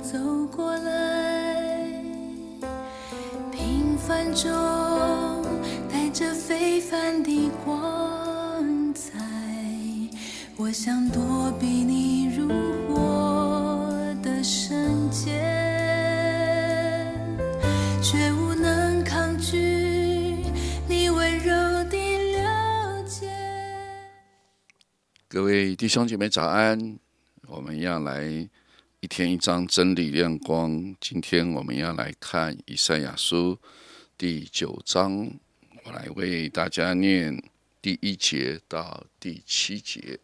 走过来，平凡中带着非凡的光彩，我想躲避你入我的圣洁，却无能抗拒你温柔的了解。 各位弟兄姐妹早安，我们要来一天一章真理亮光。今天我们要来看以赛亚书第9章，我来为大家念第1节到第7节。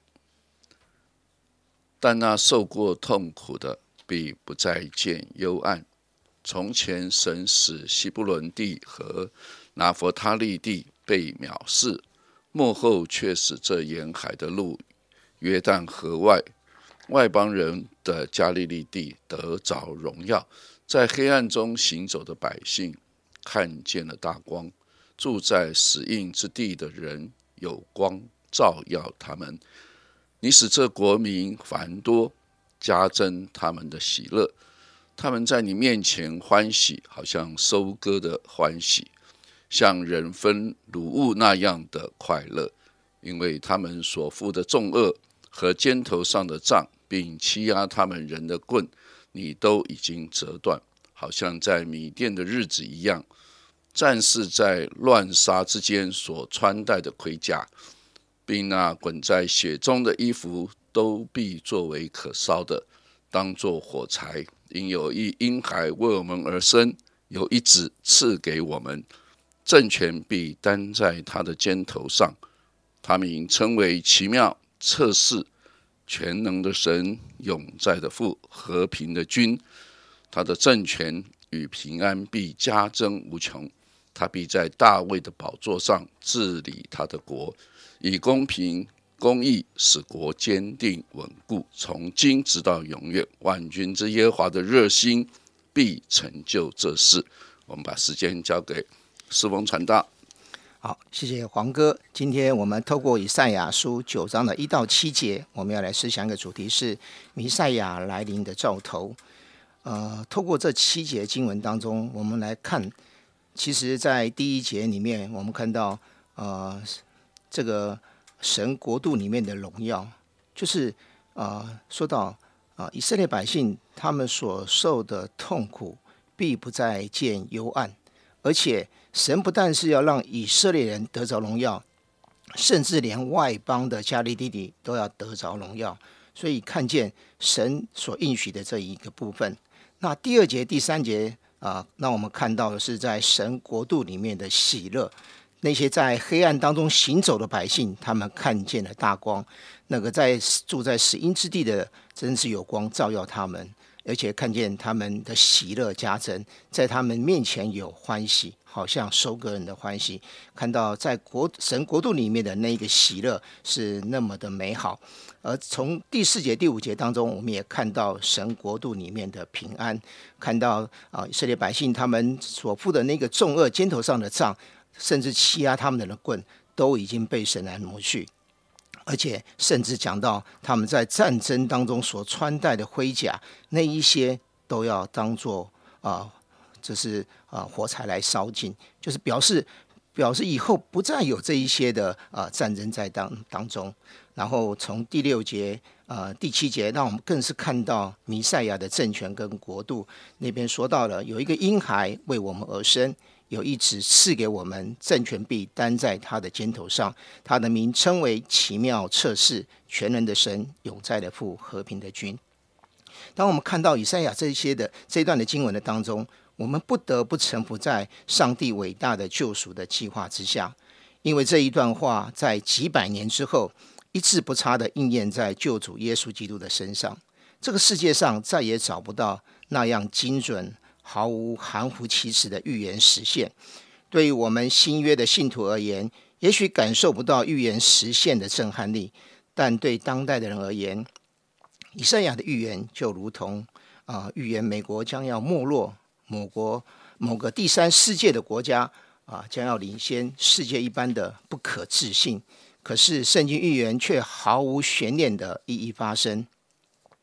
但那受过痛苦的必不再见幽暗。从前神使西布伦地和拿弗他利地被藐视，末后却使这沿海的路约旦河外邦人的加利利地得着荣耀。在黑暗中行走的百姓看见了大光，住在死荫之地的人有光照耀他们。你使这国民繁多，加增他们的喜乐。他们在你面前欢喜，好像收割的欢喜，像人分乳物那样的快乐。因为他们所负的重恶和肩头上的杖，并欺压他们人的棍，你都已经折断，好像在米甸的日子一样。战士在乱杀之间所穿戴的盔甲，并那滚在血中的衣服，都必作为可烧的，当作火柴。因有一婴孩为我们而生，有一子赐给我们，政权必担在他的肩头上。他名称为奇妙、策士、全能的神、永在的父、和平的君。他的政权与平安必加增无穷。他必在大卫的宝座上治理他的国，以公平公义使国坚定稳固，从今直到永远。万军之耶和华的热心必成就这事。我们把时间交给施风传道。 好，谢谢黄哥。今天我们透过以赛亚书9章的1到7节，我们要来思想一个主题是弥赛亚来临的兆头。透过这7节经文当中，我们来看，其实在第1节里面，我们看到这个神国度里面的荣耀，就是说到以色列百姓他们所受的痛苦必不再见幽暗，而且神不但是要让以色列人得着荣耀，甚至连外邦的加利利地都要得着荣耀。所以看见神所应许的这一个部分。那第2节第3节那我们看到的是在神国度里面的喜乐。那些在黑暗当中行走的百姓，他们看见了大光。那个住在死荫之地的，真是有光照耀他们，而且看见他们的喜乐加增，在他们面前有欢喜，好像收割人的欢喜。看到在神国度里面的那个喜乐是那么的美好。而从第4节第5节当中，我们也看到神国度里面的平安，看到以色列百姓他们所负的那个重恶肩头上的杖，甚至欺压他们的棍，都已经被神来挪去。而且甚至讲到他们在战争当中所穿戴的盔甲，那一些都要当作火柴来烧尽，就是表示以后不再有这一些的战争在当中。然后从第6节第7节，让我们更是看到弥赛亚的政权跟国度。那边说到了有一个婴孩为我们而生，有一子赐给我们，政权必担在他的肩头上。他的名称为奇妙、策士、全能的神、永在的父、和平的君。当我们看到以赛亚这一段的经文的当中，我们不得不臣服在上帝伟大的救赎的计划之下，因为这一段话在几百年之后一字不差的应验在救主耶稣基督的身上。这个世界上再也找不到那样精准毫无含糊其辞的预言实现。对于我们新约的信徒而言，也许感受不到预言实现的震撼力，但对当代的人而言，以赛亚的预言就如同预言美国将要没落，某个第三世界的国家将要领先世界一般的不可置信。可是圣经预言却毫无悬念的一一发生。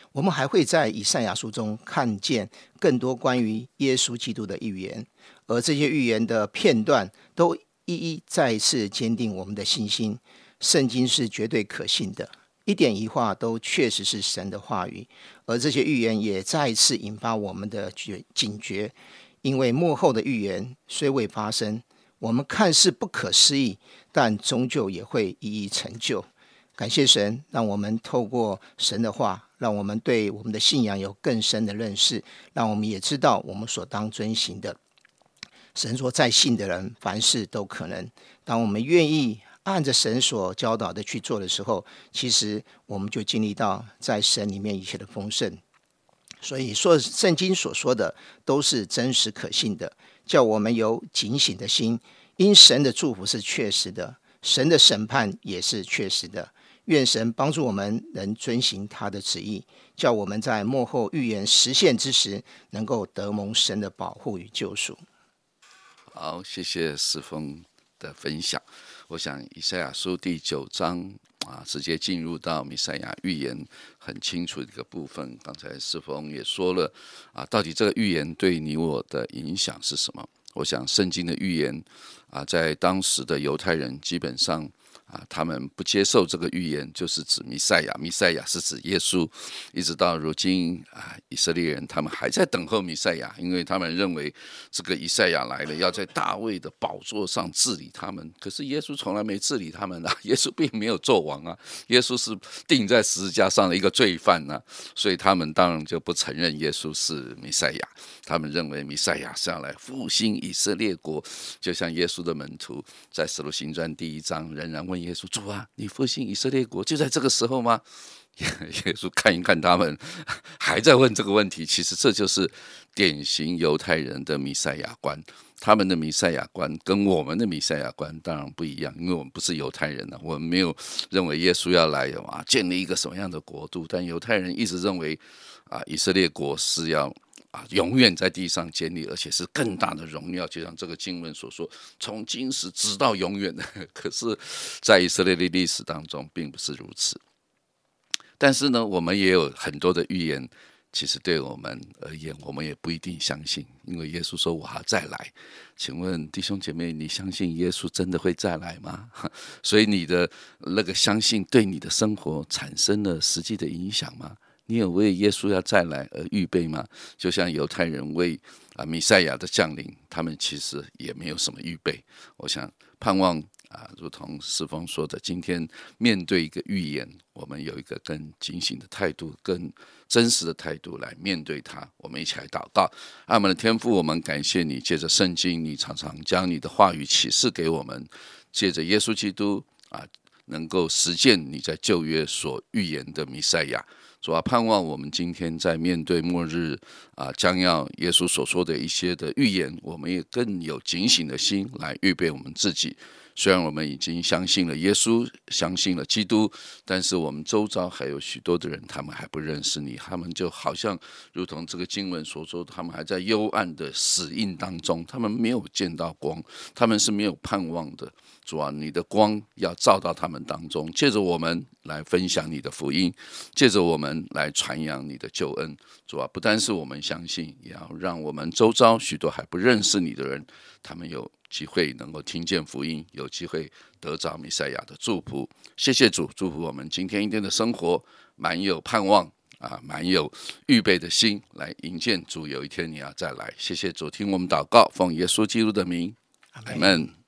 我们还会在以赛亚书中看见更多关于耶稣基督的预言，而这些预言的片段都一一再一次坚定我们的信心。圣经是绝对可信的，一点一画都确实是神的话语，而这些预言也再一次引发我们的警觉，因为末后的预言虽未发生，我们看似不可思议，但终究也会一一成就。感谢神，让我们透过神的话，让我们对我们的信仰有更深的认识，让我们也知道我们所当遵行的。神说，在信的人凡事都可能。当我们愿意按着神所教导的去做的时候，其实我们就经历到在神里面一切的丰盛。所以说，圣经所说的都是真实可信的，叫我们有警醒的心，因神的祝福是确实的，神的审判也是确实的。愿神帮助我们能遵行他的旨意，叫我们在末后预言实现之时，能够得蒙神的保护与救赎。 好，谢谢世峰的分享。我想以赛亚书第9章直接进入到弥赛亚预言很清楚的一个部分。刚才世峰也说了到底这个预言对你我的影响是什么？我想圣经的预言在当时的犹太人基本上他们不接受这个预言，就是指弥赛亚，弥赛亚是指耶稣。一直到如今以色列人他们还在等候弥赛亚，因为他们认为这个以赛亚来了，要在大卫的宝座上治理他们。可是耶稣从来没治理他们耶稣并没有做王耶稣是钉在十字架上的一个罪犯所以他们当然就不承认耶稣是弥赛亚。他们认为弥赛亚是要来复兴以色列国，就像耶稣的门徒在使徒行传第1章仍然问耶稣，主你复兴以色列国就在这个时候吗？耶稣看一看他们还在问这个问题，其实这就是典型犹太人的弥赛亚观。他们的弥赛亚观跟我们的弥赛亚观当然不一样，因为我们不是犹太人我们没有认为耶稣要来建立一个什么样的国度，但犹太人一直认为以色列国是要永远在地上建立，而且是更大的荣耀，就像这个经文所说，从今时直到永远的。可是在以色列的历史当中并不是如此。但是呢，我们也有很多的预言，其实对我们而言我们也不一定相信，因为耶稣说我还再来。请问弟兄姐妹，你相信耶稣真的会再来吗？所以你的那个相信对你的生活产生了实际的影响吗？你有为耶稣要再来而预备吗？就像犹太人为弥赛亚的降临，他们其实也没有什么预备。我想盼望如同世峰说的，今天面对一个预言，我们有一个更警醒的态度，更真实的态度来面对它。我们一起来祷告。爱我们的天父，我们感谢你，借着圣经，你常常将你的话语启示给我们，借着耶稣基督能够实践你在旧约所预言的弥赛亚。主盼望我们今天在面对末日将要耶稣所说的一些的预言，我们也更有警醒的心来预备我们自己。虽然我们已经相信了耶稣，相信了基督，但是我们周遭还有许多的人，他们还不认识你，他们就好像如同这个经文所说，他们还在幽暗的死荫当中，他们没有见到光，他们是没有盼望的。主你的光要照到他们当中，借着我们来分享你的福音，借着我们来传扬你的救恩。主不单是我们相信，也要让我们周遭许多还不认识你的人，他们有机会能够听见福音，有机会得着弥赛亚的祝福。谢谢主，祝福我们今天一天的生活满有盼望满有预备的心来迎接主有一天你要再来。谢谢主，听我们祷告，奉耶稣基督的名，阿们。